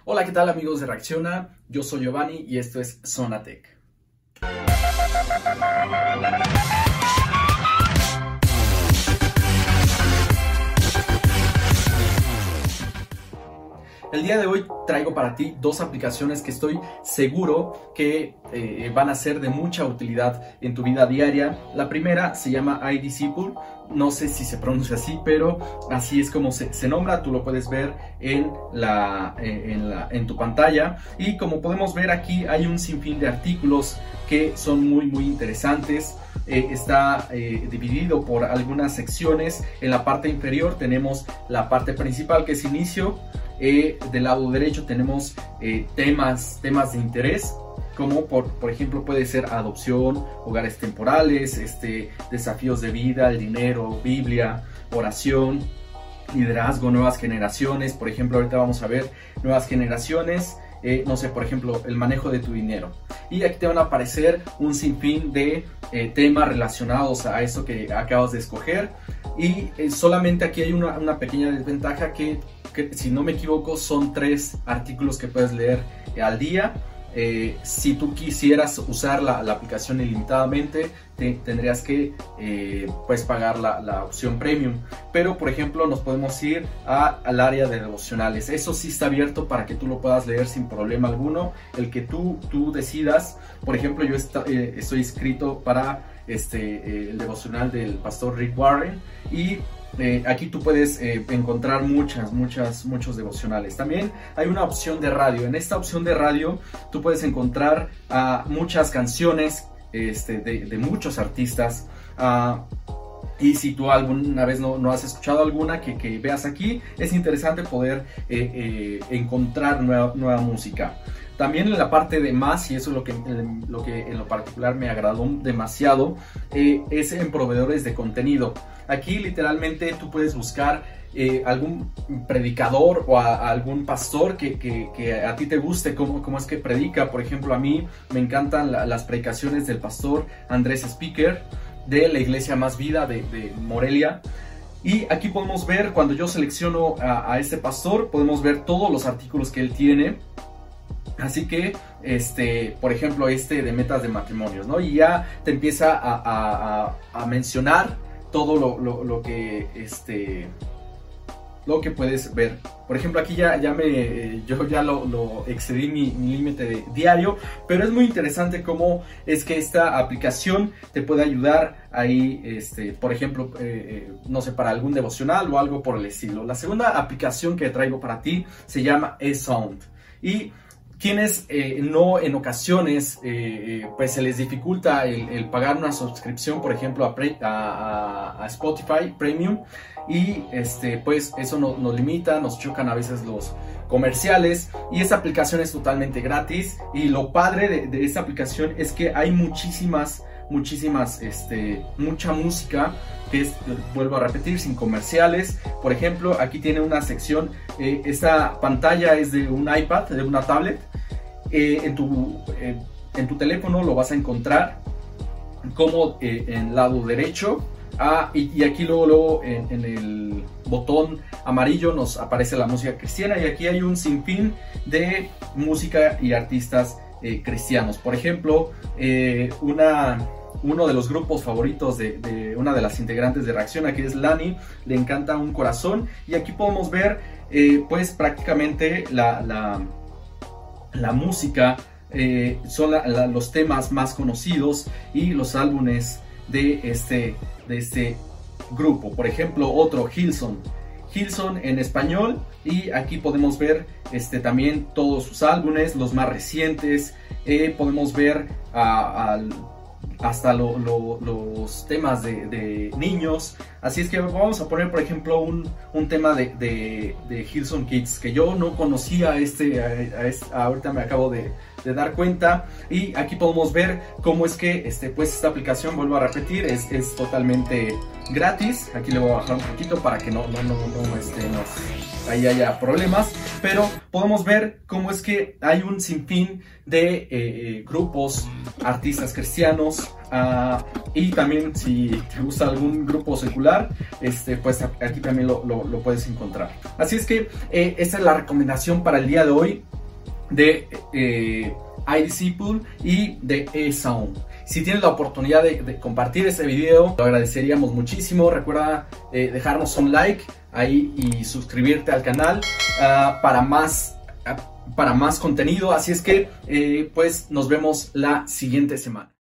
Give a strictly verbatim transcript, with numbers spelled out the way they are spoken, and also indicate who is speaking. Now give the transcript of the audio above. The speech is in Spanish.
Speaker 1: Hola, ¿qué tal amigos de Reacciona? Yo soy Giovanni y esto es Zonatech. El día de hoy traigo para ti dos aplicaciones que estoy seguro que eh, van a ser de mucha utilidad en tu vida diaria. La primera se llama I D C Pool, no sé si se pronuncia así, pero así es como se, se nombra. Tú lo puedes ver en, la, eh, en, la, en tu pantalla, y como podemos ver aquí hay un sinfín de artículos que son muy muy interesantes. Eh, está eh, dividido por algunas secciones. En la parte inferior tenemos la parte principal, que es inicio. Eh, del lado derecho tenemos eh, temas, temas de interés, como por, por ejemplo puede ser adopción, hogares temporales, este, desafíos de vida, el dinero, Biblia, oración, liderazgo, nuevas generaciones. Por ejemplo, ahorita vamos a ver nuevas generaciones. Eh, no sé, por ejemplo, el manejo de tu dinero. Y aquí te van a aparecer un sinfín de eh, temas relacionados a eso que acabas de escoger. Y eh, solamente aquí hay una, una pequeña desventaja, que, que si no me equivoco son tres artículos que puedes leer eh, al día. Eh, si tú quisieras usar la, la aplicación ilimitadamente, te, tendrías que eh, pues pagar la, la opción premium. Pero por ejemplo nos podemos ir a, al área de devocionales. Eso sí está abierto para que tú lo puedas leer sin problema alguno, el que tú, tú decidas. Por ejemplo, yo está, eh, estoy inscrito para este, eh, el devocional del pastor Rick Warren, y Eh, aquí tú puedes eh, encontrar muchas, muchas, muchos devocionales. También hay una opción de radio. En esta opción de radio tú puedes encontrar uh, muchas canciones este, de, de muchos artistas. Uh, y si tú alguna vez no, no has escuchado alguna que, que veas aquí, es interesante poder eh, eh, encontrar nueva, nueva música. También en la parte de más, y eso es lo que, lo que en lo particular me agradó demasiado, eh, es en proveedores de contenido. Aquí literalmente tú puedes buscar eh, algún predicador o a, a algún pastor que, que, que a ti te guste cómo, cómo es que predica. Por ejemplo, a mí me encantan la, las predicaciones del pastor Andrés Speaker, de la Iglesia Más Vida de, de Morelia. Y aquí podemos ver, cuando yo selecciono a, a este pastor, podemos ver todos los artículos que él tiene. Así que, este, por ejemplo, este de metas de matrimonios, ¿no? Y ya te empieza a, a, a, a mencionar todo lo, lo, lo que, este, lo que puedes ver. Por ejemplo, aquí ya, ya me, yo ya lo, lo excedí mi, mi límite diario, pero es muy interesante cómo es que esta aplicación te puede ayudar ahí, este, por ejemplo, eh, no sé, para algún devocional o algo por el estilo. La segunda aplicación que traigo para ti se llama eSound. Y quienes eh, no en ocasiones eh, pues se les dificulta el, el pagar una suscripción, por ejemplo a, pre, a, a Spotify Premium, y este pues eso no, nos limita, nos chocan a veces los comerciales, y esta aplicación es totalmente gratis. Y lo padre de, de esta aplicación es que hay muchísimas muchísimas este mucha música que es, vuelvo a repetir, sin comerciales. Por ejemplo, aquí tiene una sección, eh, esta pantalla es de un iPad, de una tablet. Eh, en, tu, eh, en tu teléfono lo vas a encontrar como eh, en el lado derecho. Ah, y, y aquí luego, luego en, en el botón amarillo nos aparece la música cristiana, y aquí hay un sinfín de música y artistas eh, cristianos. Por ejemplo, eh, una... uno de los grupos favoritos de, de una de las integrantes de Reacciona, que es Lani, le encanta Un Corazón. Y aquí podemos ver eh, pues prácticamente la, la, la música, eh, son la, la, los temas más conocidos y los álbumes de este, de este grupo. Por ejemplo, otro, Hillsong. Hillsong en español, y aquí podemos ver este, también todos sus álbumes, los más recientes. Eh, podemos ver al... hasta lo, lo, los temas de, de niños. Así es que vamos a poner por ejemplo un, un tema de, de, de Hillsong Kids, que yo no conocía este, a, a este ahorita me acabo de, de dar cuenta. Y aquí podemos ver cómo es que este, pues esta aplicación, vuelvo a repetir, es, es totalmente gratis. Aquí le voy a bajar un poquito para que no, no, no, no este, nos, ahí haya problemas. Pero podemos ver cómo es que hay un sinfín de eh, grupos, artistas cristianos, uh, y también si te gusta algún grupo secular, este, pues aquí también lo, lo, lo puedes encontrar. Así es que eh, esta es la recomendación para el día de hoy. de eh, I D C Pool y de eSound. Si tienes la oportunidad de, de compartir este video, lo agradeceríamos muchísimo. Recuerda eh, dejarnos un like ahí y suscribirte al canal uh, para más uh, para más contenido. Así es que eh, pues nos vemos la siguiente semana.